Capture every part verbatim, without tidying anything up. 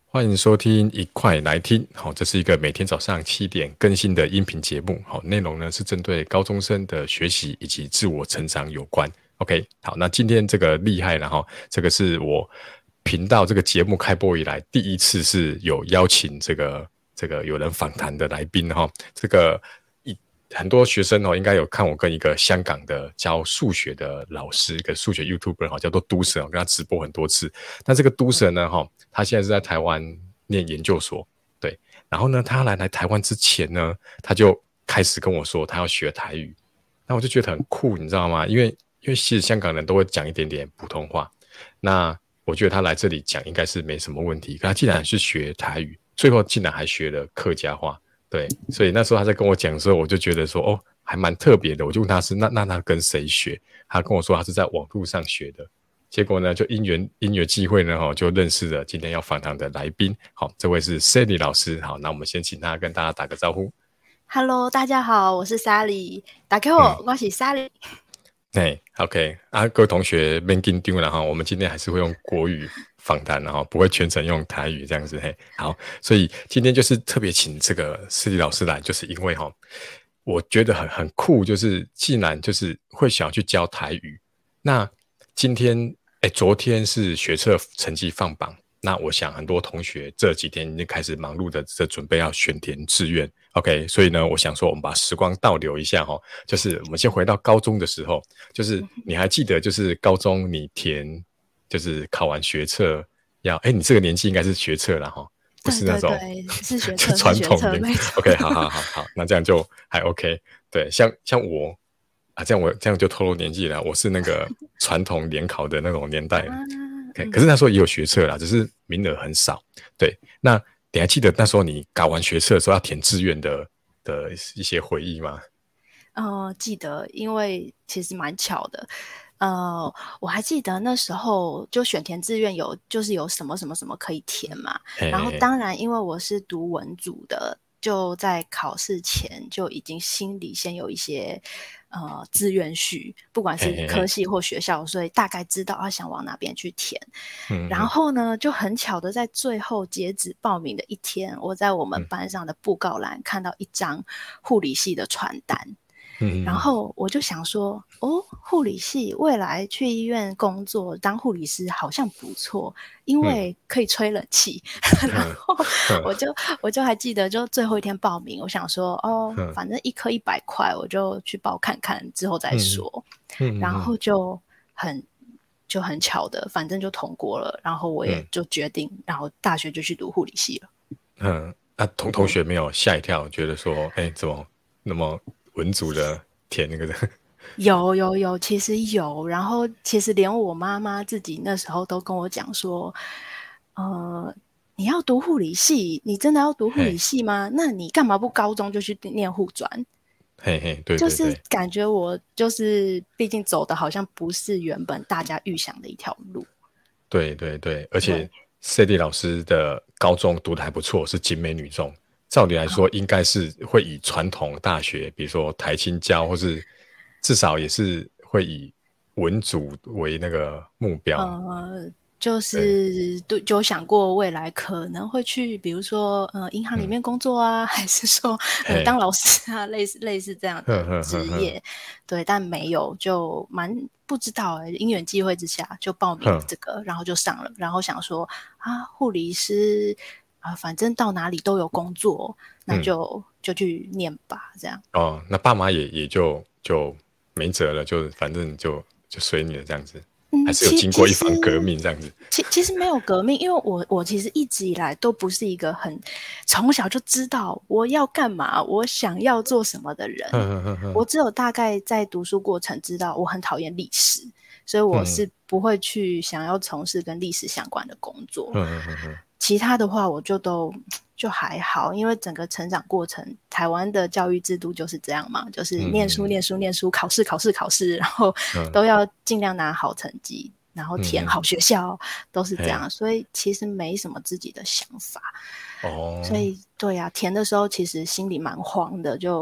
欢迎收听一块来听，好，这是一个每天早上七点更新的音频节目，好，内容呢是针对高中生的学习以及自我成长有关。OK， 好，那今天这个厉害了哈，这个是我频道这个节目开播以来第一次是有邀请这个这个有人访谈的来宾哈，这个一很多学生哦应该有看我跟一个香港的教数学的老师，一个数学 YouTuber 哈，叫做都神，我跟他直播很多次。那这个都神呢哈，他现在是在台湾念研究所，对，然后呢，他来来台湾之前呢，他就开始跟我说他要学台语，那我就觉得很酷，你知道吗？因为因为其实香港人都会讲一点点普通话，那我觉得他来这里讲应该是没什么问题，可他既然是学台语，最后竟然还学了客家话，对，所以那时候他在跟我讲的时候，我就觉得说哦，还蛮特别的，我就问他是那那他跟谁学？他跟我说他是在网络上学的。结果呢，就因缘因缘际会呢，哈，就认识了今天要访谈的来宾。好，这位是 Sally 老师。好，那我们先请他跟大家打个招呼。 Hello， 大家好，我是 Sally。大家好，嗯、我是 Sally。 哎 ，OK 啊，各位同学别紧张了哈，我们今天还是会用国语访谈，然后不会全程用台语这样子。嘿，好，所以今天就是特别请这个 Sally 老师来，就是因为哈，我觉得很很酷，就是既然就是会想要去教台语，那今天。哎，昨天是学测成绩放榜，那我想很多同学这几天已经开始忙碌的在准备要选填志愿 ，OK， 所以呢，我想说我们把时光倒流一下哈，就是我们先回到高中的时候，就是你还记得就是高中你填就是考完学测要，哎，你这个年纪应该是学测啦哈，不是那种对对对是学测传统的 ，OK， 好好好好，那这样就还 OK， 对，像像我。啊，这样我这样就透露年纪了。我是那个传统联考的那种年代、okay, 可是那时候也有学测啦，只是名额很少。对，那你还记得那时候你搞完学测的时候要填志愿的的一些回忆吗？ 呃，记得，因为其实蛮巧的。呃，我还记得那时候就选填志愿有就是有什么什么什么可以填嘛。 嘿嘿嘿然后当然，因为我是读文组的，就在考试前就已经心里先有一些。呃，志愿序，不管是科系或学校，嘿嘿嘿所以大概知道他想往哪边去填。嗯、然后呢，就很巧的在最后截止报名的一天，我在我们班上的布告栏看到一张护理系的传单。嗯、然后我就想说，哦，护理系未来去医院工作当护理师好像不错，因为可以吹冷气。嗯、然后我就我就还记得，就最后一天报名，我想说，哦，反正一科一百块，我就去报看看，之后再说。嗯、然后就很就很巧的，反正就通过了，然后我也就决定，然后大学就去读护理系了。 嗯，那、啊、同同学没有吓一跳，觉得说，哎，怎么那么？文组的填那个的， 有有有，其实有。然后其实连我妈妈自己那时候都跟我讲说，呃，你要读护理系，你真的要读护理系吗？那你干嘛不高中就去念护专？ 嘿嘿，对对对， 就是感觉我就是毕竟走的好像不是原本大家预想的一条路。 对对对，而且 Sally 老师的高中读的还不错，是景美女中。照理来说，应该是会以传统大学，比如说台清交，或是至少也是会以文组为那个目标。 呃，就是对，就想过未来可能会去，比如说呃银行里面工作啊，嗯、还是说、呃、当老师啊，类似类似这样的职业。对，但没有，就蛮不知道哎、欸，因缘际会之下就报名了这个，然后就上了，然后想说啊，护理师。啊，反正到哪里都有工作，那就、嗯、就去念吧，这样。 哦，那爸妈也也就就没辙了，就反正就就随你了这样子。嗯、还是有经过一番革命这样子。 其其实没有革命，因为我我其实一直以来都不是一个很从小就知道我要干嘛，我想要做什么的人。呵呵呵我只有大概在读书过程知道我很讨厌历史，所以我是不会去想要从事跟历史相关的工作。呵呵呵其他的话我就都就还好，因为整个成长过程台湾的教育制度就是这样嘛，就是念书念书念书，考试考试考试，然后都要尽量拿好成绩，然后填好学校，都是这样，所以其实没什么自己的想法。哦，所以对啊，填的时候其实心里蛮慌的，就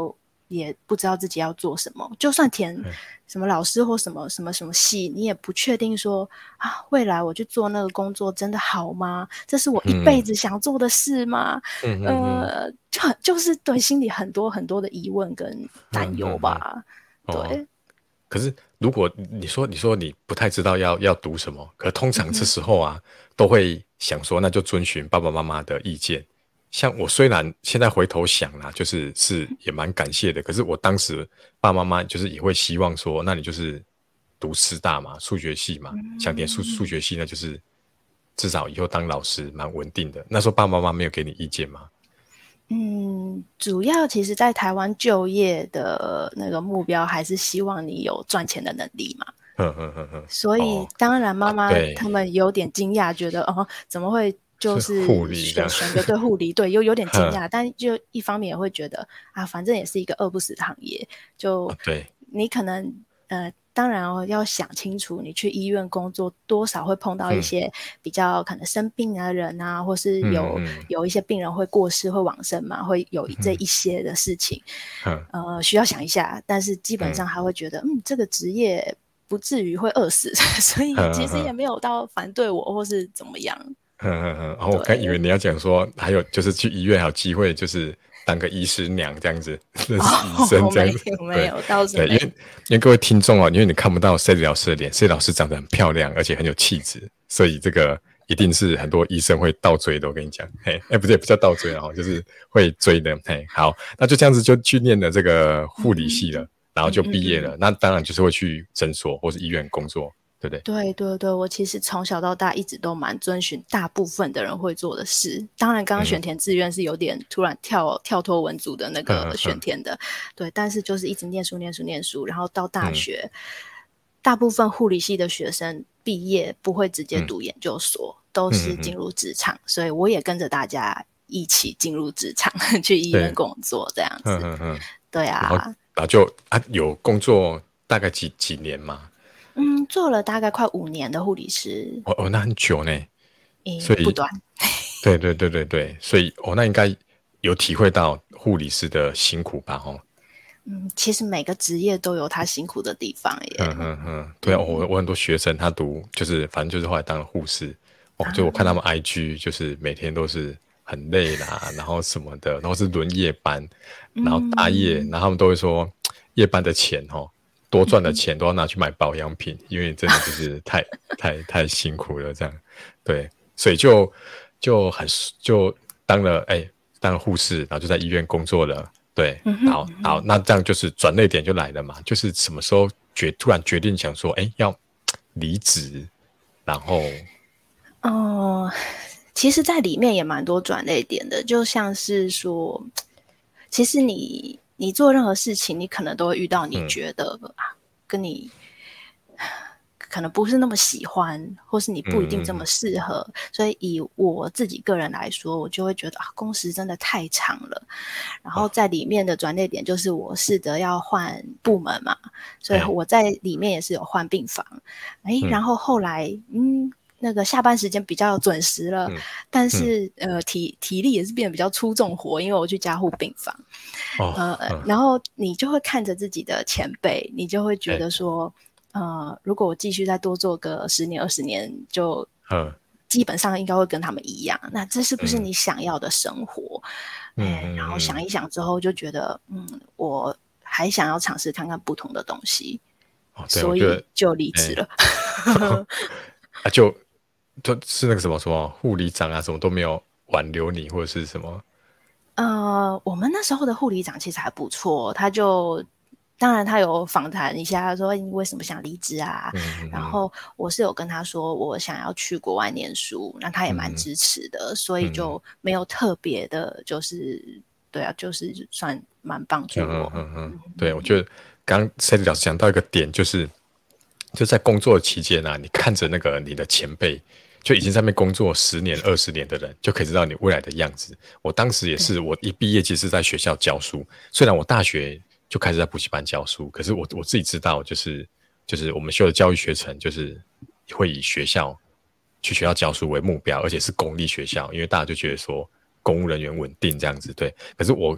也不知道自己要做什么，就算填什么老师或什么什么什么系，你也不确定说啊，未来我去做那个工作真的好吗？这是我一辈子想做的事吗？嗯、呃，就很就是对心里很多很多的疑问跟担忧吧。嗯嗯嗯对、哦。 可是如果你说你说你不太知道要要读什么，可通常这时候啊、嗯、都会想说那就遵循爸爸妈妈的意见。像我虽然现在回头想啦，就是是也蛮感谢的，可是我当时爸爸妈妈就是也会希望说，那你就是读师大嘛，数学系嘛，嗯、想填数数学系呢，就是至少以后当老师蛮稳定的。那时候爸爸妈妈没有给你意见吗？ 嗯，主要其实在台湾就业的那个目标还是希望你有赚钱的能力嘛。 呵呵呵呵所以、哦、当然妈妈他们有点惊讶，觉得哦怎么会就是选选个对护理对有有点惊讶，但就一方面也会觉得啊，反正也是一个饿不死的行业，就对你可能呃。当然哦，要想清楚，你去医院工作多少会碰到一些比较可能生病的人啊，嗯、或是有、嗯、有一些病人会过世、会往生嘛，会有这一些的事情，嗯、呃，需要想一下。但是基本上他会觉得，嗯，嗯这个职业不至于会饿死，所以其实也没有到反对我或是怎么样。 嗯嗯嗯，然后我刚以为你要讲说，还有就是去医院还有机会，就是当个医师娘这样子，认识医生这样子。 哦、没有，没有，倒是没有。 对，因为因为各位听众哦，因为你看不到 Sally 老师的脸 ，Sally 老师长得很漂亮，而且很有气质，所以这个一定是很多医生会倒追的。我跟你讲，嘿，哎，不对，不叫倒追哦，就是会追的。嘿，好，那就这样子就去念了这个护理系了，嗯、然后就毕业了。嗯嗯嗯那当然就是会去诊所或是医院工作。对不对？ 对对对，我其实从小到大一直都蛮遵循大部分的人会做的事。当然，刚刚选填志愿是有点突然跳、嗯、跳脱文组的那个选填的，嗯嗯、对。但是就是一直念书念书念书，然后到大学，嗯、大部分护理系的学生毕业不会直接读研究所，嗯、都是进入职场，嗯嗯嗯，所以我也跟着大家一起进入职场，去医院工作这样子。嗯嗯嗯，对啊， 然后然后就啊有工作大概几几年嘛？ 嗯，做了大概快五年的护理师。 哦哦，那很久呢， 所以不短。 对对对对对，所以哦，那应该有体会到护理师的辛苦吧？哦， 嗯，其实每个职业都有他辛苦的地方耶。 嗯嗯嗯，对啊，嗯、我我很多学生他读就是反正就是后来当了护士，哦，就我看他们 I G 就是每天都是很累啦，然后什么的，然后是轮夜班，然后大夜，嗯、然后他们都会说夜班的钱哦。多赚的钱都要拿去买保养品，因为真的就是太太太辛苦了，这样对，所以就就很就当了哎、欸、当了护士，然后就在医院工作了，对，好好，那这样就是转捩点就来了嘛，就是什么时候决突然决定想说哎、欸、要离职，然后哦、呃，其实在里面也蛮多转捩点的，就像是说，其实你。你做任何事情，你可能都会遇到你觉得、嗯、跟你可能不是那么喜欢，或是你不一定这么适合。嗯、所以以我自己个人来说，我就会觉得啊，工时真的太长了。然后在里面的转捩点就是我试着要换部门嘛，所以我在里面也是有换病房。哎、嗯，然后后来嗯。那个下班时间比较准时了，嗯、但是、嗯、呃体体力也是变得比较出重活，因为我去加护病房，哦、呃、嗯，然后你就会看着自己的前辈，你就会觉得说，呃，如果我继续再多做个十年二十年，就基本上应该会跟他们一样。那这是不是你想要的生活？嗯，嗯然后想一想之后，就觉得，嗯，我还想要尝试看看不同的东西，哦、所以就离职了。 欸、啊就。就是那个什么什么护理长啊，什么都没有挽留你，或者是什么？ 呃，我们那时候的护理长其实还不错，他就当然他有访谈一下，他说你为什么想离职啊？嗯嗯嗯然后我是有跟他说我想要去国外念书，那他也蛮支持的，嗯、所以就没有特别的，就是对啊，就是算蛮帮助我。 嗯嗯嗯，对，我觉得刚刚 Sally 老师讲到一个点，就是就在工作期间啊，你看着那个你的前辈。就已经在那边工作十年、二十年的人，就可以知道你未来的样子。我当时也是，我一毕业其实在学校教书，虽然我大学就开始在补习班教书，可是我我自己知道，就是就是我们修的教育学程，就是会以学校去学校教书为目标，而且是公立学校，因为大家就觉得说公务人员稳定这样子，对。可是我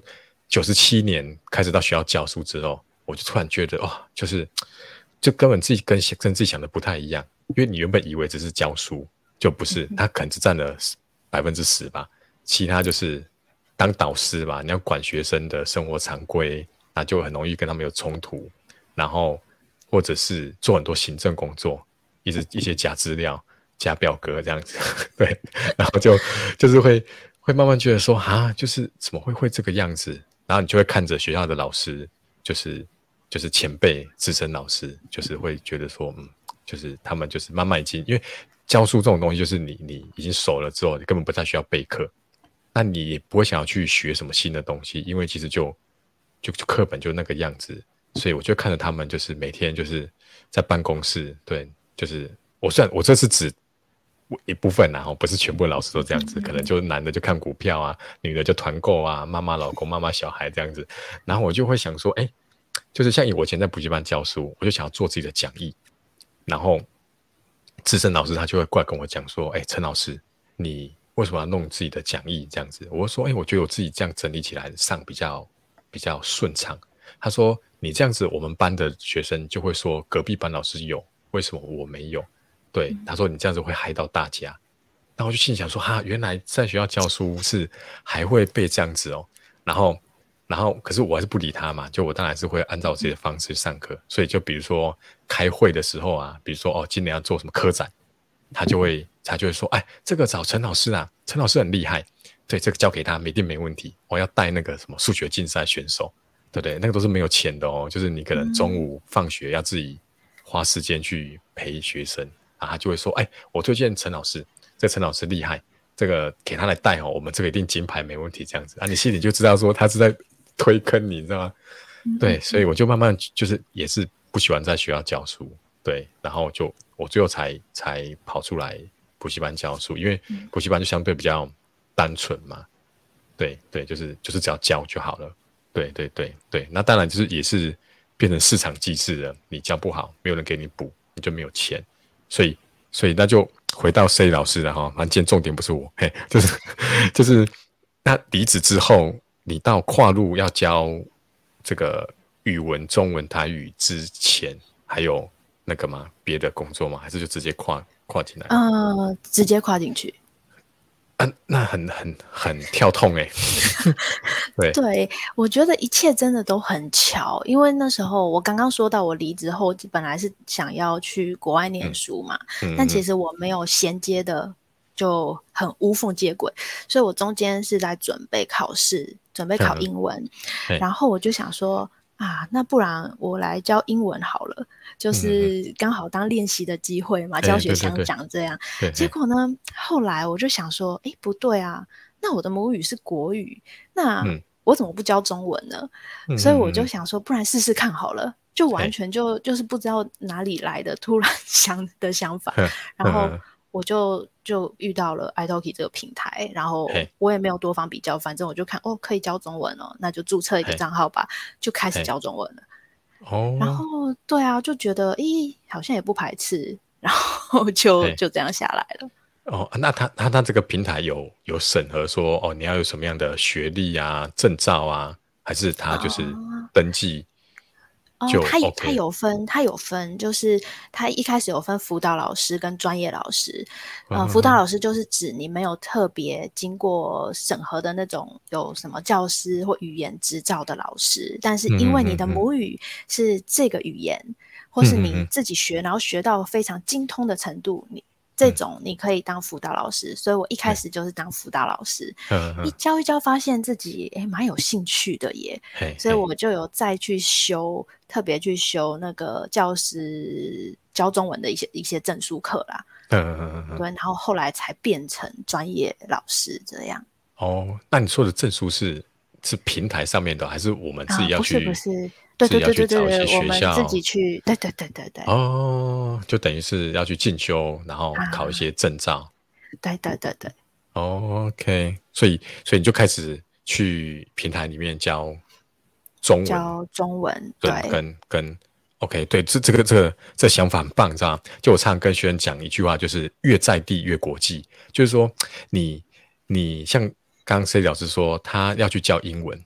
九十七年开始到学校教书之后，我就突然觉得哦，就是就根本自己跟跟自己想的不太一样，因为你原本以为只是教书，就不是，他可能只占了百分之十吧，其他就是当导师吧，你要管学生的生活常规，那就很容易跟他们有冲突，然后或者是做很多行政工作，一直一些假资料、假表格这样子，对，然后就就是会会慢慢觉得说啊，就是怎么会会这个样子，然后你就会看着学校的老师，就是就是前辈资深老师，就是会觉得说，嗯，就是他们就是慢慢已经因为教书这种东西，就是你你已经熟了之后，你根本不太需要备课，那你也不会想要去学什么新的东西，因为其实就就就课本就那个样子，所以我就看着他们就是每天就是在办公室，对，就是我虽然我这是指一部分啦，不是全部的老师都这样子，可能就男的就看股票啊，女的就团购啊，妈妈老公妈妈小孩这样子，然后我就会想说，哎，就是像我以前在补习班教书，我就想要做自己的讲义，然后资深老师他就会过来跟我讲说，哎，陈老师，你为什么要弄自己的讲义这样子？我说，哎，我觉得我自己这样整理起来上比较比较顺畅。他说，你这样子，我们班的学生就会说隔壁班老师有，为什么我没有？对，他说你这样子会害到大家。然后我就心想说，哈，原来在学校教书是还会被这样子哦。然后，然后可是我还是不理他嘛，就我当然是会按照我自己的方式上课。所以就比如说开会的时候啊，比如说哦，今年要做什么科展，他就会他就会说，哎，这个找陈老师啊，陈老师很厉害，对，这个交给他一定没问题。我要带那个什么数学竞赛选手，对不对？那个都是没有钱的哦，就是你可能中午放学要自己花时间去陪学生啊，他就会说，哎，我推荐陈老师，这个陈老师厉害，这个给他来带哦，我们这个一定金牌没问题，这样子啊，你心里就知道说他是在推坑你，你知道吗？对，所以我就慢慢就是也是不喜欢在学校教书，对，然后就我最后才才跑出来补习班教书，因为补习班就相对比较单纯嘛，对对，就是就是只要教就好了，对对对对，那当然就是也是变成市场机制了，你教不好，没有人给你补，你就没有钱，所以所以那就回到 C 老师了哈，反正今天重点不是我，嘿，就是就是那离职之后，你到跨入要教这个语文、中文、台语之前，还有那个吗？别的工作吗？还是就直接跨跨进来？ 呃，直接跨进去。 啊，那很很很跳痛哎、欸。对对，我觉得一切真的都很巧，因为那时候我刚刚说到，我离职后本来是想要去国外念书嘛，嗯、但其实我没有衔接的就很无缝接轨，所以我中间是在准备考试，准备考英文，嗯、然后我就想说啊，那不然我来教英文好了，就是刚好当练习的机会嘛，嗯、教学相长这样。对对对，结果呢，后来我就想说，哎，不对啊，那我的母语是国语，那我怎么不教中文呢？嗯、所以我就想说，不然试试看好了。就完全就就是不知道哪里来的突然想的想法，然后我就就遇到了 iTalki 这个平台，然后我也没有多方比较，反正我就看哦可以教中文哦，那就注册一个账号吧，就开始教中文了。哦，然后对啊，就觉得咦好像也不排斥，然后就就这样下来了。 哦，那他他他这个平台有有审核说哦你要有什么样的学历啊、证照啊，还是他就是登记？ 哦，他他有分，他有分，就是他一开始有分辅导老师跟专业老师。呃，辅导老师就是指你没有特别经过审核的那种，有什么教师或语言执照的老师，但是因为你的母语是这个语言，或是你自己学，然后学到非常精通的程度，你这种你可以当辅导老师。所以我一开始就是当辅导老师，一教一教，发现自己诶蛮有兴趣的耶，所以我就有再去修。特别去修那个教师教中文的一些一些证书课啦，嗯嗯嗯，对，然后后来才变成专业老师这样。 哦，那你说的证书是是平台上面的，还是我们自己要去？ 啊、不是不是，对对对对对，我们自己去，对对对对对。 哦，就等于是要去进修，然后考一些证照。啊、 对对对对。 哦 ，OK， 所以所以你就开始去平台里面教。中文教中文，对， 跟跟 OK， 对，这这个这个这想法很棒，知道吗？就我常常跟学生讲一句话，就是越在地越国际。就是说，你你像刚刚 C 老师说，他要去教英文，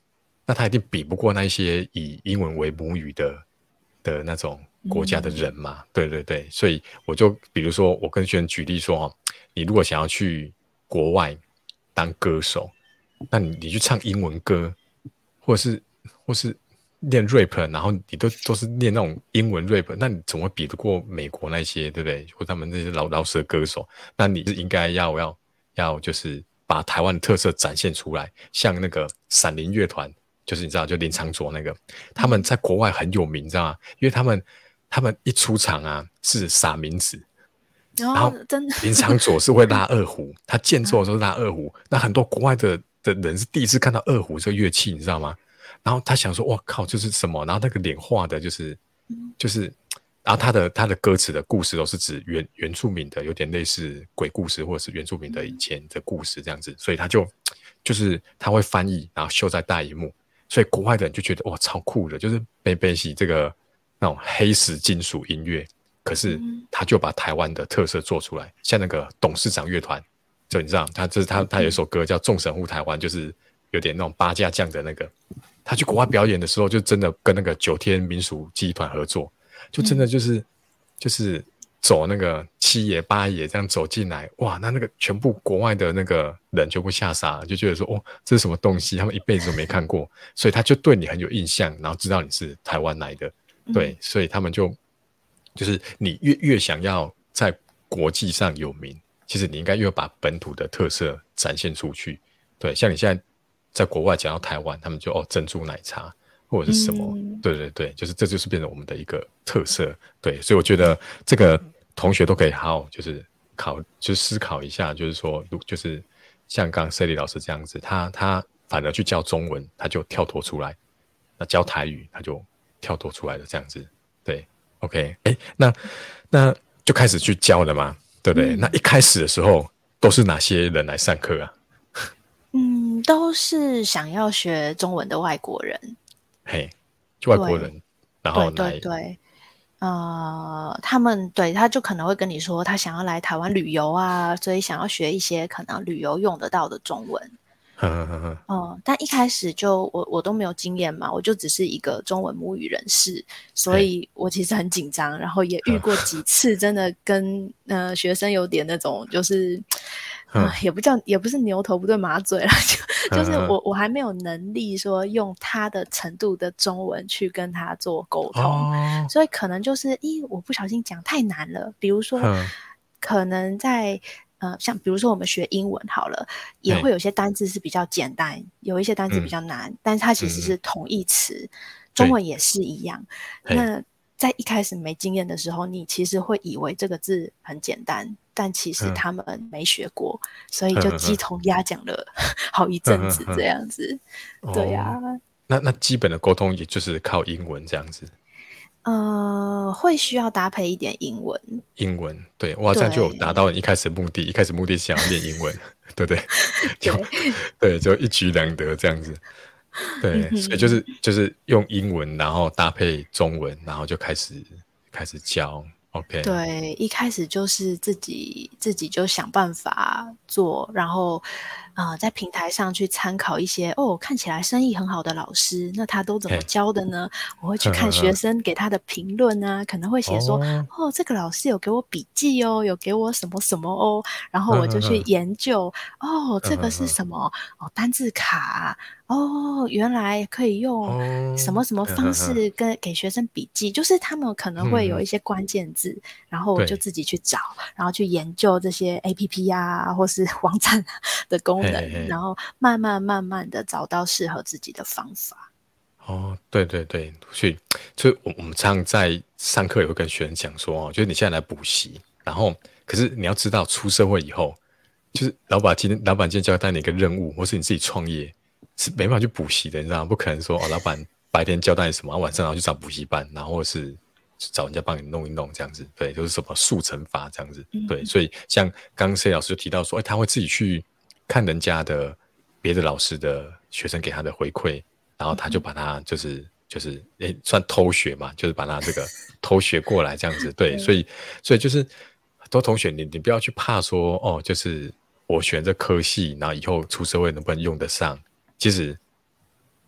那他一定比不过那些以英文为母语的的那种国家的人嘛。嗯、对对对，所以我就比如说，我跟学生举例说，你如果想要去国外当歌手，那你你去唱英文歌，或者是或是念 rap， 然后你都都是念那种英文 rap， 那你怎么比得过美国那些，对不对？或他们那些老老舌歌手？那你是应该要要要就是把台湾的特色展现出来，像那个闪灵乐团，就是你知道，就林长佐那个，他们在国外很有名，你知道吗？因为他们他们一出场啊是撒名字。然后林长佐是会拉二胡，他间奏的时候拉二胡，那很多国外的的人是第一次看到二胡这个乐器，你知道吗？然后他想说，哇靠，这是什么？然后那个脸画的就是就是，然后他的他的歌词的故事都是指原原住民的，有点类似鬼故事或者是原住民的以前的故事这样子，所以他就就是他会翻译，然后秀在大荧幕，所以国外的人就觉得哇超酷的，就是贝贝西这个那种黑石金属音乐。可是他就把台湾的特色做出来，像那个董事长乐团，就你知道，他这是他他有一首歌叫《众神护台湾》，就是有点那种八家将的那个。他去国外表演的时候，就真的跟那个九天民俗记忆团合作，就真的就是、嗯、就是走那个七爷八爷这样走进来，哇，那那个全部国外的那个人全部吓傻了，就觉得说，哦，这是什么东西？他们一辈子都没看过，所以他就对你很有印象，然后知道你是台湾来的，对，嗯、所以他们就。就是你越越想要在国际上有名，其实你应该越把本土的特色展现出去。对，像你现在在国外讲到台湾，他们就哦珍珠奶茶或者是什么，嗯、对对对，就是这就是变成我们的一个特色。对，所以我觉得这个同学都可以好好就是考，就是思考一下，就是说，就是像刚刚 Sally 老师这样子，他他反而去教中文，他就跳脱出来；那教台语，他就跳脱出来了，这样子，对。OK， 哎，那那就开始去教了嘛，对不对？嗯、那一开始的时候都是哪些人来上课啊？ 嗯，都是想要学中文的外国人。 嘿，就外国人，然后来， 对对对，呃，他们对他就可能会跟你说，他想要来台湾旅游啊，所以想要学一些可能旅游用得到的中文。嗯、呃，但一开始就我我都没有经验嘛，我就只是一个中文母语人士，所以我其实很紧张，然后也遇过几次真的跟呃学生有点那种就是，呃、也不叫也不是牛头不对马嘴啦，就就是我我还没有能力说用他的程度的中文去跟他做沟通，哦、所以可能就是咦我不小心讲太难了，比如说可能在。呃，像比如说我们学英文好了，也会有些单字是比较简单，有一些单字比较难，嗯、但是它其实是同义词，嗯、中文也是一样。那在一开始没经验的时候，你其实会以为这个字很简单，但其实他们没学过，嗯、所以就鸡同鸭讲了好一阵子这样子。嗯、对呀、啊哦， 那那基本的沟通也就是靠英文这样子。 呃，会需要搭配一点英文。 英文，对，哇，这样就有达到你一开始的目的。一开始目的是想要练英文，对不对？就对，就一举两得这样子。对，嗯、所以就是就是用英文，然后搭配中文，然后就开始开始教。OK， 对，一开始就是自己自己就想办法做，然后呃，在平台上去参考一些哦，看起来生意很好的老师，那他都怎么教的呢？我会去看学生给他的评论啊，可能会写说哦, 哦，这个老师有给我笔记哦，有给我什么什么哦，然后我就去研究哦，这个是什么哦，单字卡。哦，原来可以用什么什么方式跟给学生笔记，就是他们可能会有一些关键字，嗯、然后我就自己去找，然后去研究这些 A P P 啊，或是网站的功能，嘿嘿然后慢慢慢慢的找到适合自己的方法。 哦，对对对，所以所以我们常常在上课也会跟学生讲说，哦，就是你现在来补习，然后可是你要知道，出社会以后，就是老板今天老板今天交代你一个任务，或是你自己创业。是没办法去补习的，你知道吗？不可能说哦，老板白天交代你什么，晚上然后去找补习班，然后或是找人家帮你弄一弄这样子，对，就是什么速成法这样子，对。嗯、所以像刚刚 C 老师就提到说，哎，他会自己去看人家的别的老师的学生给他的回馈，然后他就把他就是就是哎算偷学嘛，就是把他这个偷学过来这样子，对。所以所以就是很多同学你你不要去怕说哦，就是我选这科系，然后以后出社会能不能用得上。其实，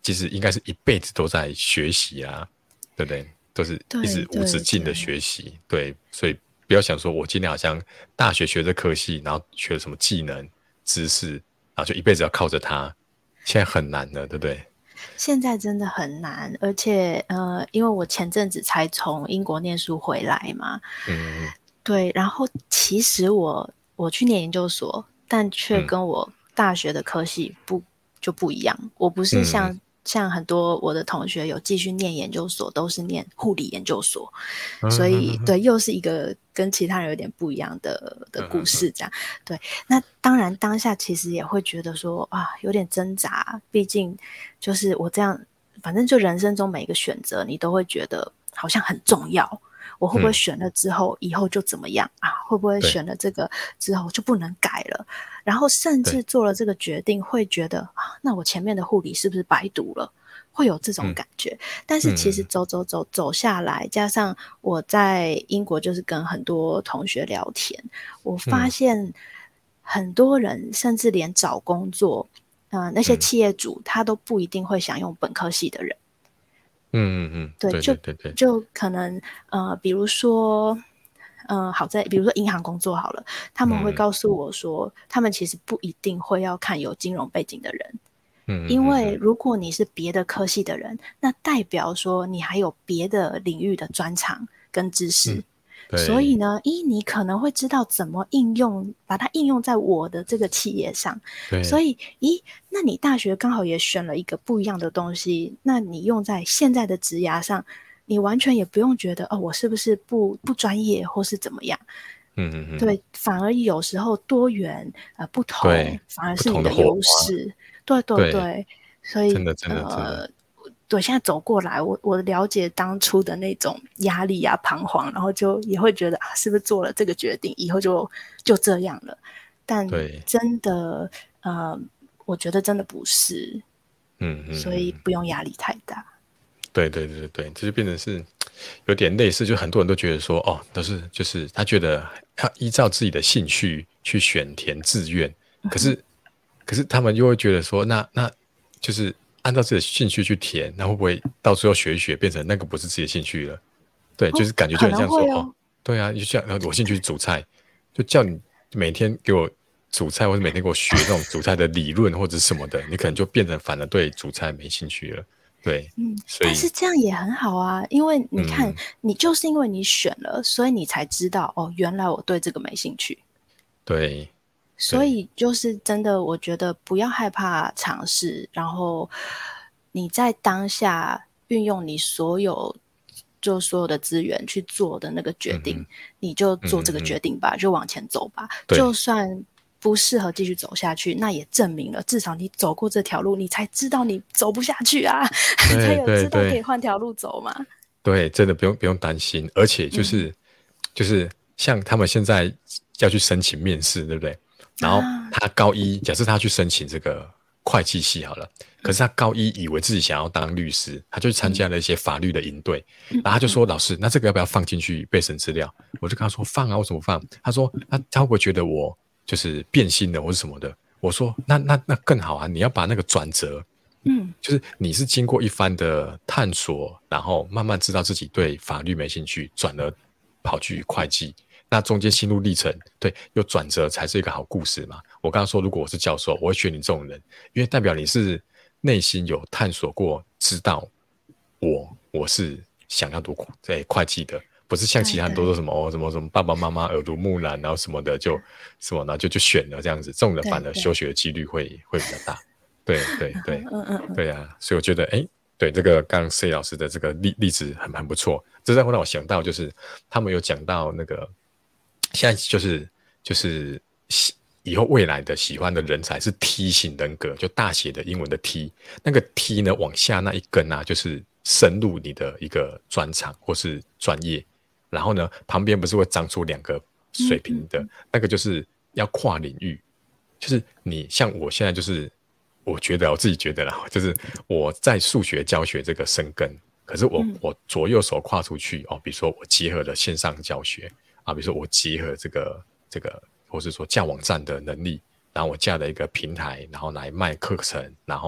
其实应该是一辈子都在学习啊，对不对？都是一直无止境的学习， 对, 对, 对，所以不要想说我今天好像大学学这科系，然后学了什么技能知识，然后就一辈子要靠着它，现在很难了，对不对？ 现在真的很难，而且呃，因为我前阵子才从英国念书回来嘛， 嗯， 对，然后其实我我去念研究所，但却跟我大学的科系不就不一样。我不是像、嗯、像很多我的同学有继续念研究所，都是念护理研究所， 嗯、 所以对，又是一个跟其他人有点不一样的的故事，这样。对，那当然当下其实也会觉得说啊，有点挣扎，毕竟就是我这样，反正就人生中每一个选择，你都会觉得好像很重要。我会不会选了之后、嗯、以后就怎么样啊？会不会选了这个之后就不能改了？然后甚至做了这个决定会觉得啊，那我前面的护理是不是白读了？会有这种感觉、嗯、但是其实走走走走下来，加上我在英国就是跟很多同学聊天，我发现很多人甚至连找工作、呃、那些企业主他都不一定会想用本科系的人。 嗯嗯嗯， 对， 对对对对， 就就可能呃，比如说，呃，好在比如说银行工作好了，他们会告诉我说、嗯，他们其实不一定会要看有金融背景的人， 嗯， 因为如果你是别的科系的人，那代表说你还有别的领域的专长跟知识。嗯，所以呢，一你可能会知道怎么应用，把它应用在我的这个企业上。 对， 所以，一那你大学刚好也选了一个不一样的东西，那你用在现在的职涯上，你完全也不用觉得哦，我是不是不不专业或是怎么样。 嗯嗯嗯，对， 反而有时候多元呃不同，反而是你的优势。对对 对, 对，所以真的真的真的。 呃对，现在走过来，我我了解当初的那种压力啊、彷徨，然后就也会觉得啊，是不是做了这个决定，以后就就这样了？但真的，呃，我觉得真的不是， 嗯嗯， 所以不用压力太大。 对对对对，这就变成是有点类似，就很多人都觉得说，哦，都是就是他觉得要依照自己的兴趣去选填志愿，可是、嗯、可是他们又会觉得说，那那就是按照自己的兴趣去填，那会不会到最后学一学变成那个不是自己的兴趣了？对，就是感觉就很像说， 哦, 哦，对啊，就像我兴趣是煮菜，就叫你每天给我煮菜，或者每天给我学那种煮菜的理论或者什么的，你可能就变成反而对煮菜没兴趣了。对， 嗯，但是这样也很好啊，因为你看、嗯，你就是因为你选了，所以你才知道哦，原来我对这个没兴趣。 对， 所以就是真的，我觉得不要害怕尝试，然后你在当下运用你所有就所有的资源去做的那个决定，嗯、你就做这个决定吧，嗯、就往前走吧，就算不适合继续走下去，那也证明了，至少你走过这条路，你才知道你走不下去啊，才有知道可以换条路走嘛。 对，真的不用不用担心，而且就是、嗯、就是像他们现在要去申请面试，对不对？然后他高一，假设他去申请这个会计系好了，可是他高一以为自己想要当律师，他就去参加了一些法律的营队，然后他就说：“老师，那这个要不要放进去备审资料？”我就跟他说：“放啊，为什么放？”他说：“他他会不会觉得我？”就是变心的或是什么的，我说那那那更好啊！你要把那个转折，嗯，就是你是经过一番的探索，然后慢慢知道自己对法律没兴趣，转而跑去会计，那中间心路历程，对，有转折才是一个好故事嘛。我刚刚说，如果我是教授，我会选你这种人，因为代表你是内心有探索过，知道我我是想要读在会计的。不是像其他很多说什么哦什么什么爸爸妈妈耳濡目染，然后什么的就什么呢就就选了这样子，这种人反而休学的几率会会比较大。对对对，嗯嗯对啊，所以我觉得哎，对这个刚刚 C 老师的这个例例子很很不错，这再会让我想到就是他们有讲到那个现在就是就是以后未来的喜欢的人才是 T 型人格，就大写的英文的 T， 那个 T 呢往下那一根啊就是深入你的一个专长或是专业。然后呢，旁边不是会长出两个水平的、嗯、那个就是要跨领域，就是你像我现在就是我觉得我自己觉得啦，就是我在数学教学这个深耕，可是我、嗯、我左右手跨出去哦，比如说我结合了线上教学啊，比如说我结合这个这个或是说架网站的能力，然后我架了一个平台，然后来卖课程，然后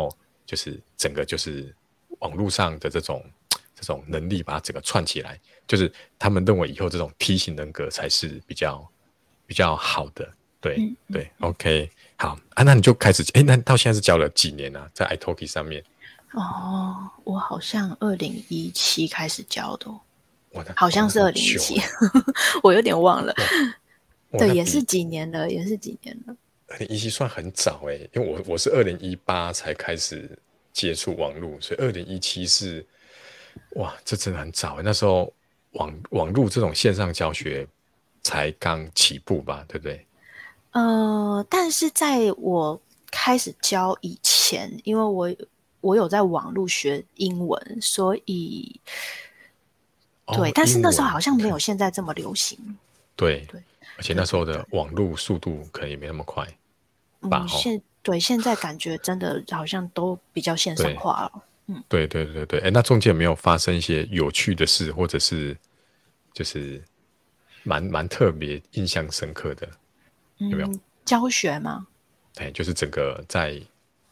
就是整个就是网络上的这种这种能力把它整个串起来，就是他们认为以后这种 T 型人格才是比较比较好的。对、嗯、对 OK 好啊，那你就开始哎，那到现在是教了几年啊，在 iTalki 上面？ 哦，我好像二零一七开始教的、哦，好像是二零一七，我有点忘了。对，也是几年了，也是几年了。 二零一七算很早哎，因为我我是二零一八才开始接触网络，所以二零一七是哇，这真的很早哎。那时候网网络这种线上教学才刚起步吧，对不对？ 呃，但是在我开始教以前，因为我我有在网络学英文，所以、哦、对，但是那时候好像没有现在这么流行。 对对，而且那时候的网络速度可能也没那么快吧。 嗯，现对现在感觉真的好像都比较线上化了。嗯， 对对对对，哎，那中间有没有发生一些有趣的事，或者是就是蛮蛮特别、印象深刻的？有没有、嗯、 教学吗？ 对，就是整个在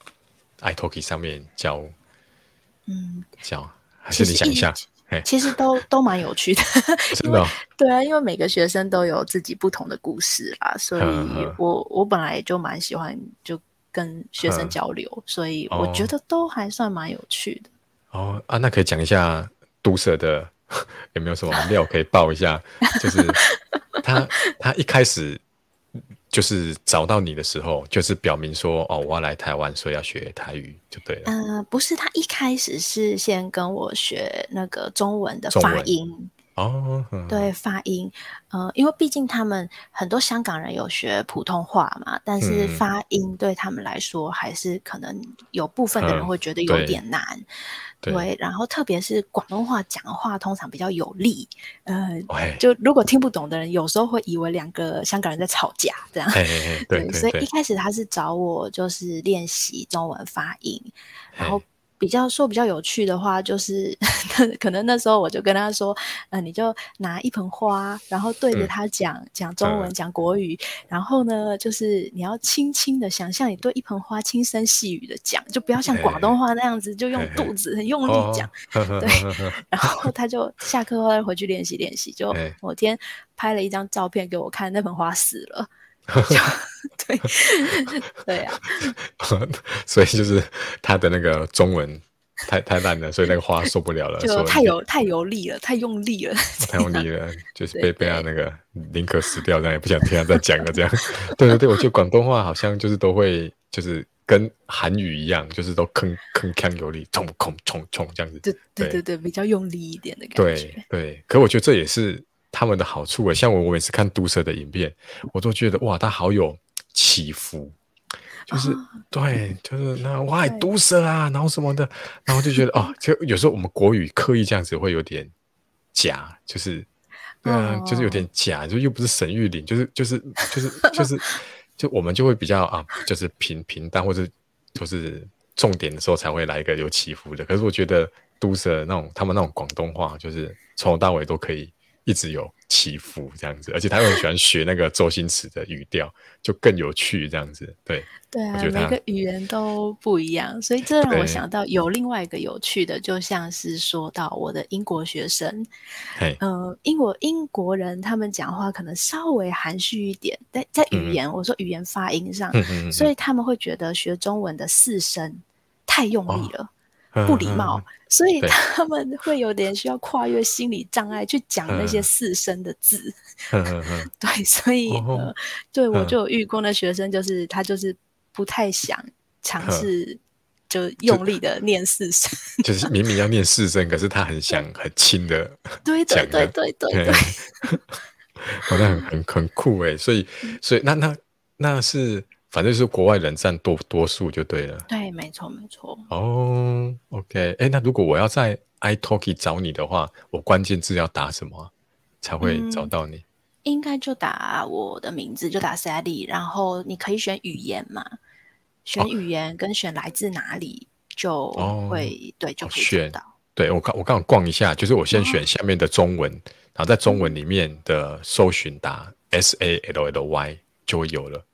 iTalki 上面教，嗯，教还是你想一下？ 其实都都蛮有趣的，因为、哦、对啊，因为每个学生都有自己不同的故事啦，所以我我本来就蛮喜欢就跟学生交流，所以我觉得都还算蛮有趣的。 哦啊，那可以讲一下毒蛇的有没有什么料可以爆一下？就是他他一开始就是找到你的时候，就是表明说哦，我要来台湾，所以要学台语就对了。 嗯、呃，不是，他一开始是先跟我学那个中文的发音。 哦、嗯， 对，发音，呃，因为毕竟他们很多香港人有学普通话嘛，但是发音对他们来说还是可能有部分的人会觉得有点难。嗯、对, 对，然后特别是广东话讲话通常比较有力，呃，就如果听不懂的人，有时候会以为两个香港人在吵架这样。 嘿嘿嘿对, 对, 对， 所以一开始他是找我就是练习中文发音，然后。比较说比较有趣的话，就是可能那时候我就跟他说，呃，你就拿一盆花，然后对着他讲、嗯、讲中文、嗯、讲国语，然后呢，就是你要轻轻的想象你对一盆花轻声细语的讲，就不要像广东话那样子，就用肚子很用力讲。对，然后他就下课后再回去练习练习，就某天拍了一张照片给我看，那盆花死了。对对啊， 所以就是他的那个中文太太烂了，所以那个花受不了了， 就太有太有力了，太用力了， 太用力了，就是被被他那个宁可死掉，这样也不想听他再讲了，这样。对对对，我觉得广东话好像就是都会就是跟韩语一样，就是都铿铿锵有力，冲冲冲冲这样子。 对对对对，比较用力一点的感觉。 对对，可我觉得这也是他们的好处诶，像我我每次看毒蛇的影片，我都觉得哇，他好有起伏，就是、哦、对，就是那哇毒蛇啊，然后什么的，然后就觉得哦，就有时候我们国语刻意这样子会有点假，就是对啊，哦、就是有点假，就又不是沈玉琳，就是就是就是就是就我们就会比较啊，就是平平淡或者就是重点的时候才会来一个有起伏的。可是我觉得毒蛇那种他们那种广东话，就是从头到尾都可以一直有起伏这样子，而且他又很喜欢学那个周星驰的语调，就更有趣这样子。对对啊，每个语言都不一样，所以这让我想到有另外一个有趣的，就像是说到我的英国学生，呃，英国英国人他们讲话可能稍微含蓄一点，在在语言、嗯，我说语言发音上、嗯，所以他们会觉得学中文的四声太用力了。哦不礼貌、嗯，所以他们会有点需要跨越心理障碍去讲那些四声的字。嗯、对，所以、哦、呃，对我就有遇过那学生，就是他就是不太想尝试，就用力的念四声， 就, 就是明明要念四声，可是他很想很轻的讲。 对对对对对对， 哦，那很很很酷哎，所以所以那那那是。反正就是国外人占多多数就对了。 对，没错没错。 哦、oh, ，OK， 哎，那如果我要在 iTalki 找你的话，我关键字要打什么才会找到你？嗯、 应该就打我的名字，就打 Sally， 然后你可以选语言嘛，选语言跟选来自哪里就会、oh, 对就可以找到。 对我刚我刚逛一下，就是我先选下面的中文，哦、然后在中文里面的搜寻打 S A L L Y 就会有了。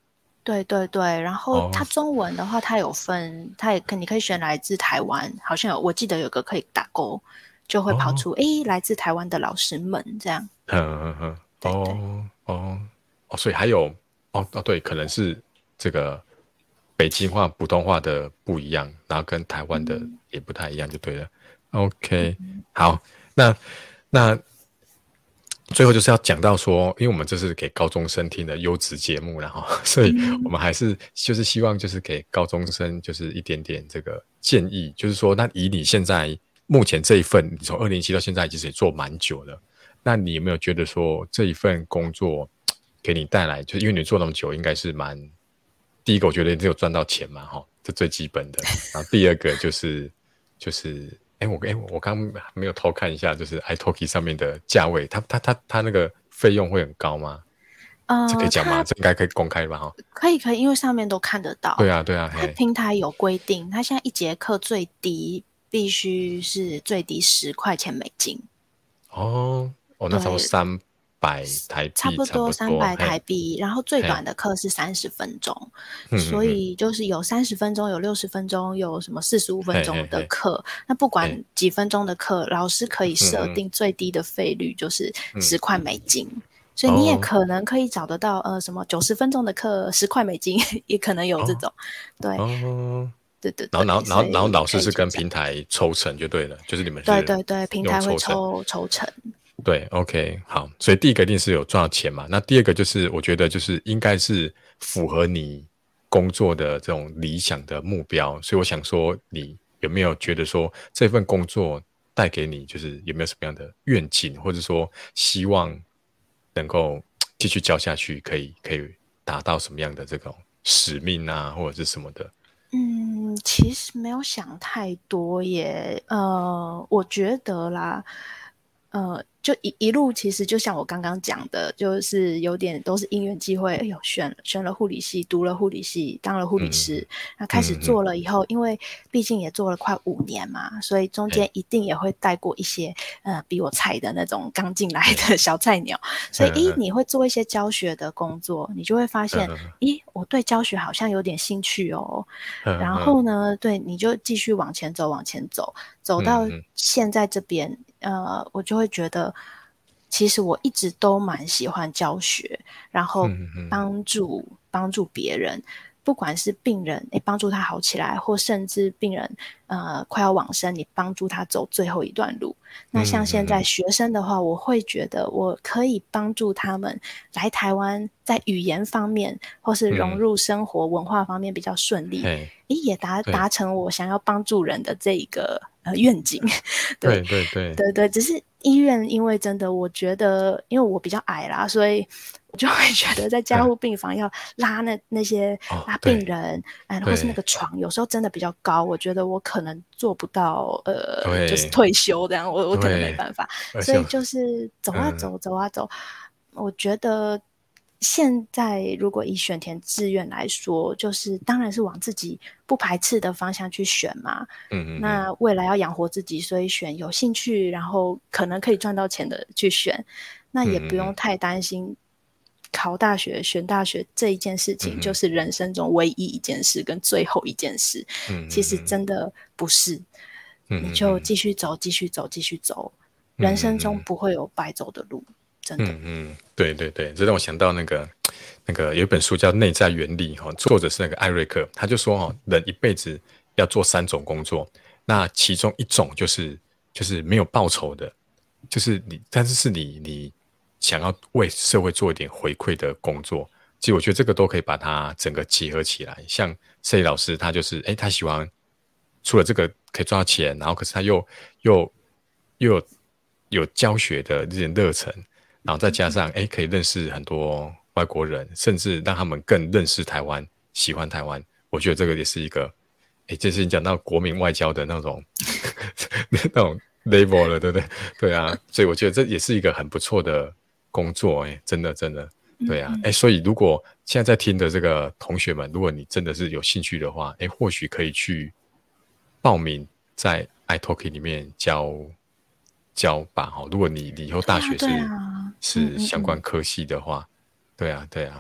对对对，然后哦它中文的话，它有分，它也可你可以选来自台湾，好像有我记得有个可以打勾，就会跑哦， 出诶来自台湾的老师们这样。 嗯嗯嗯， 对对， 哦哦哦，所以还有哦哦对，可能是这个北京话、普通话的不一样，然后跟台湾的嗯也不太一样，就对了。OK， 嗯好，那那最后就是要讲到说，因为我们这是给高中生听的优质节目然后所以我嗯们还是就是希望就是给高中生就是一点点这个建议，就是说，那以你现在目前这一份，你从二零一七到现在其实也做蛮久了，那你有没有觉得说这一份工作给你带来，就是因为你做那么久，应该是蛮第一个，我觉得你有赚到钱嘛，哈，这最基本的。然后第二个就是就是，哎，我哎我刚刚没有偷看一下，就是 iTalki 上面的价位，它它它它那个费用会很高吗？这可以呃， 讲吗？ 它这应该可以公开吧？哈， 可以可以，因为上面都看得到。 对啊对啊， 它嘿， 平台有规定，它现在一节课最低必须是最低十块钱美金。 哦哦，那差不多对， 三百台币， 差不差不多三百多，嘿台币，然后最嘿， 短的课是三十分钟，所嗯嗯嗯， 以就是有三十分钟，有六十分钟，有什么四十五分钟的嘿嘿嘿课。那不嘿， 管几分钟的课，老师可以设嗯嗯定最低的费率就是嗯， 十块美金。所以你也哦可能可以找得到，呃，什么九十分钟的课十块美金，也可能有这哦种。对， 哦。 对对然后，然后， 对， 然后，然后所以老师是跟可以去找。 平台抽成就对了，就是你们是对对对，平台会用抽成。 抽抽成。 对，OK，好，所以第一个一定是有赚到钱嘛。那第二个就是，我觉得就是应该是符合你工作的这种理想的目标。所以我想说，你有没有觉得说这份工作带给你，就是有没有什么样的愿景，或者说希望能够继续教下去，可以可以达到什么样的这种使命啊，或者是什么的？ 嗯，其实没有想太多耶。呃，我觉得啦，呃，就一一路其实就像我刚刚讲的，就是有点都是因缘际会，哎呦，选选了护理系，读了护理系，当了护理嗯师，那开始嗯嗯， 做了以后，因为毕竟也做了快五年嘛，所以中间嘿， 一定也会带过一些呃比我菜的那种刚进来嘿， 的小菜鸟，所以诶， 嗯嗯你会做一些教学的工作，你就会发现， 嗯嗯诶，我对教学好像有点兴趣哦。然嗯嗯后呢，对，你就继续往前走，往前走，走到嗯嗯现在这边，呃，我就会觉得，其实我一直都蛮喜欢教学，然后嗯嗯帮助帮助别人，不管是病人，诶，帮助他好起来，或甚至病人呃快要往生，你帮助他走最后一段路。那像嗯嗯现在学生的话，我会觉得我可以帮助他们来台湾，在语言方面或是融嗯， 入生活文化方面比较顺利， 嘿， 诶，也达达对成我想要帮助人的这一个呃愿景。对对对对， 对对，只是医院，因为真的我觉得，因为我比较矮啦，所以我就会觉得在加嗯， 护病房要拉那那些哦， 拉病对人，嗯，或是那对个床，有时候真的比较高，我觉得我可能做不到，呃，就是对退休这样，我我可能没对， 办法， 而且我所以就是走啊嗯走，走啊走，我觉得。现在如果以选填志愿来说，就是当然是往自己不排斥的方向去选嘛。 嗯嗯嗯那未来要养活自己，所以选有兴趣，然后可能可以赚到钱的去选。那也不嗯嗯用太担心考大学、选大学这一件事情，就嗯嗯是人生中唯一一件事跟最后一件事。其实嗯嗯真的不是，你就嗯嗯继续走，继续走，继续走。人生中嗯嗯不会有白走的路，真的。 嗯嗯，对对对，这让我想到那个那个有一本书叫《内在原理》哈，作者是那个艾瑞克，他就说哈，人一辈子要做三种工作，那其中一种就是就是没有报酬的，就是你，但是是你你想要为社会做一点回馈的工作。其实我觉得这个都可以把它整个结合起来。像 C 老师，他就是哎，他喜欢除了这个可以赚到钱，然后可是他又又又有有教学的这点热忱，然后再加上哎，可以认识很多外国人，甚至让他们更认识台湾，喜欢台湾。我觉得这个也是一个，哎，这是你讲到国民外交的那种那种 level 了，对不对？对啊，所以我觉得这也是一个很不错的工作，哎，真的真的，对啊，哎，所以如果现在在听的这个同学们，如果你真的是有兴趣的话，哎，或许可以去报名在 iTalki 里面教教吧，哈，如果你你以后对啊，对大学是啊，嗯是嗯嗯。 相关科系的话，对啊，对啊，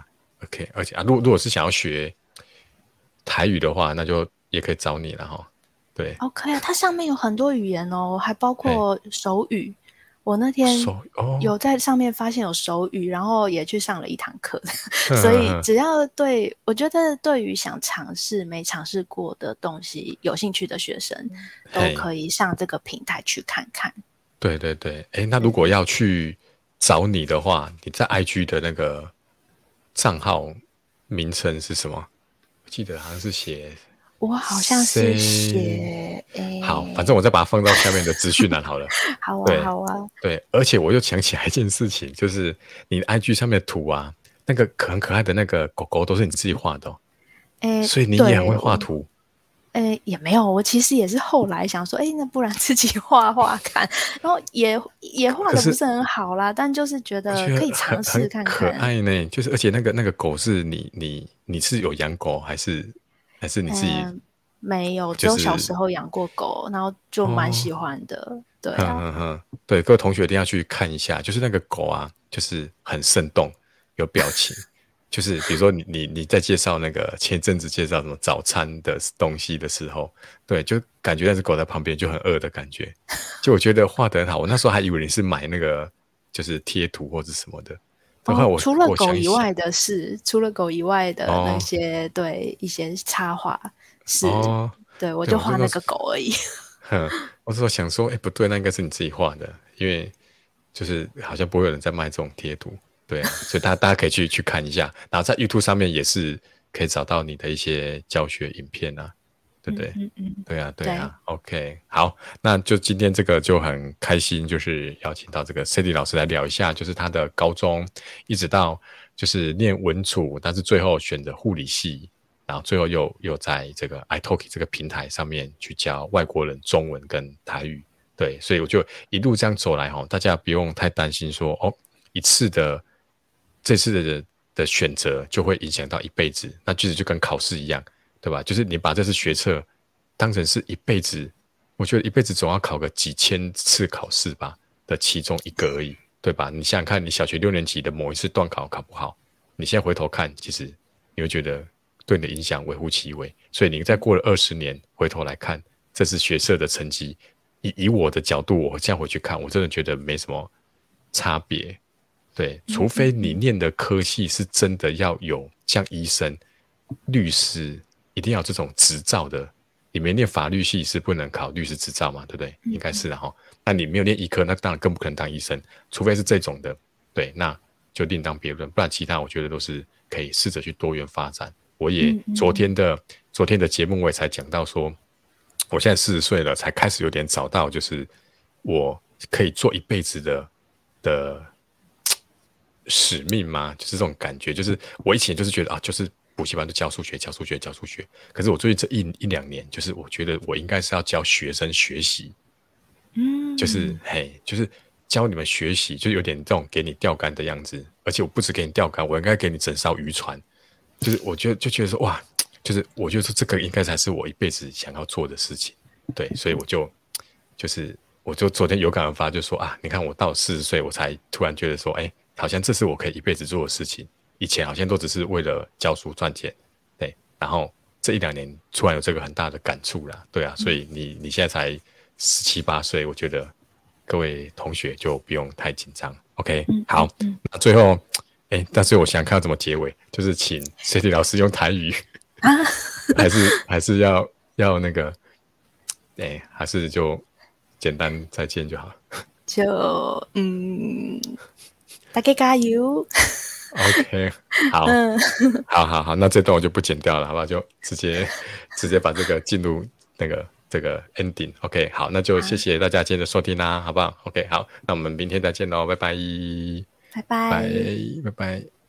OK， 而且啊，如果如果是想要学台语的话，那就也可以找你了哈。对 OK 啊，它上面有很多语言哦，还包嘿括手语。我那天手哦， 有在上面发现有手语，然后也去上了一堂课， 哼所哼哼以只要对我觉得对于想尝试没尝试过的东西有兴趣的学生，都嘿， 可以上这个平台去看看。 对对对，哎，那如果对， 要去找你的话，你在 I G 的那个账号名称是什么？我记得好像是写我好像是 C， 写好，反正诶， 我再把它放到下面的资讯栏好了。 好啊对好啊， 对，而且我又想起来一件事情，就是你的 I G 上面的图啊，那个可很可爱的那个狗狗都是你自己画的哦， 诶， 所以你也很会对我。 画图诶，也没有，我其实也是后来想说，诶，那不然自己画画看，然后也也画可是的不是很好啦，但就是觉我得可以觉得很尝试看很可看。 爱呢，就是而且那个那个狗是你你你是有养狗还是还是你自己嗯，没有，只有小就是时候养过狗，然后就蛮哦， 喜欢的。对哼啊， 哼哼，对，各位同学一定要去看一下，就是那个狗啊，就是很生动，有表情，就是比如说你你你在介绍那个前阵子介绍什么早餐的东西的时候，对，就感觉那只狗在旁边就很饿的感觉，就我觉得画得很好，我那时候还以为你是买那个就是贴图或者什么的，对，后来哦， 我除了我狗想一想， 以外的是，除了狗以外的那哦些，对一些插画是， 哦， 对我对，我就那时就画那个狗而已。 哼，我那时候想说，哎，不对，那应该是你自己画的，因为就是好像不会有人在卖这种贴图，对啊，所以大家大家可以去去看一下，然后在 YouTube 上面也是可以找到你的一些教学影片啊，对不嗯对？ 嗯嗯， 对啊，对对， 啊，OK，好，那就今天这个就很开心，就是邀请到这个 Cindy 老师来聊一下，就是他的高中一直到就是念文组，但是最后选择护理系，然后最后又又在这个 iTalki 这个平台上面去教外国人中文跟台语，对，所以我就一路这样走来哈，大家不用太担心说哦，一次的这次的的选择就会影响到一辈子，那其实就跟考试一样，对吧？就是你把这次学测当成是一辈子，我觉得一辈子总要考个几千次考试吧的其中一个而已，对吧？你想想看，你小学六年级的某一次段考考不好，你现在回头看，其实你会觉得对你的影响微乎其微。所以你再过了二十年回头来看，这次学测的成绩，以以我的角度，我这样回去看，我真的觉得没什么差别。对，除非你念的科系是真的要有像医生、律师，一定要有这种执照的。你没念法律系是不能考律师执照嘛，对不对？应该是的哈。那你没有念医科，那当然更不可能当医生，除非是这种的。对，那就另当别论。不然其他我觉得都是可以试着去多元发展。我也昨天的昨天的节目我也才讲到说，我现在四十岁了，才开始有点找到，就是我可以做一辈子的的使命吗？就是这种感觉。就是我以前就是觉得啊，就是补习班就教数学、教数学、教数学。可是我最近这一一两年，就是我觉得我应该是要教学生学习，就是嗯， 嘿，就是教你们学习，就有点这种给你钓竿的样子。而且我不止给你钓竿，我应该给你整艘渔船。就是我觉得就觉得说哇，就是我觉得说这个应该才是我一辈子想要做的事情。对，所以我就就是我就昨天有感而发，就说啊，你看我到四十岁，我才突然觉得说，哎，好像这是我可以一辈子做的事情。以前好像都只是为了教书赚钱，对。然后这一两年突然有这个很大的感触啦，对啊。所以你你现在才十七八岁，我觉得各位同学就不用太紧张。OK，好，那最后，哎，但是我想看到怎么结尾，就是请 Cindy 老师用台语，还是还是要要那个，哎，还是就简单再见就好。 就嗯，大家加油。 OK，好， 嗯， 好，好，好，那这段我就不剪掉了，好不好？就直接直接把这个进入那个这个 ending。OK，好，那就谢谢大家今天的收听啦，好不好？OK，好，那我们明天再见喽，拜拜， 拜拜。 拜拜拜。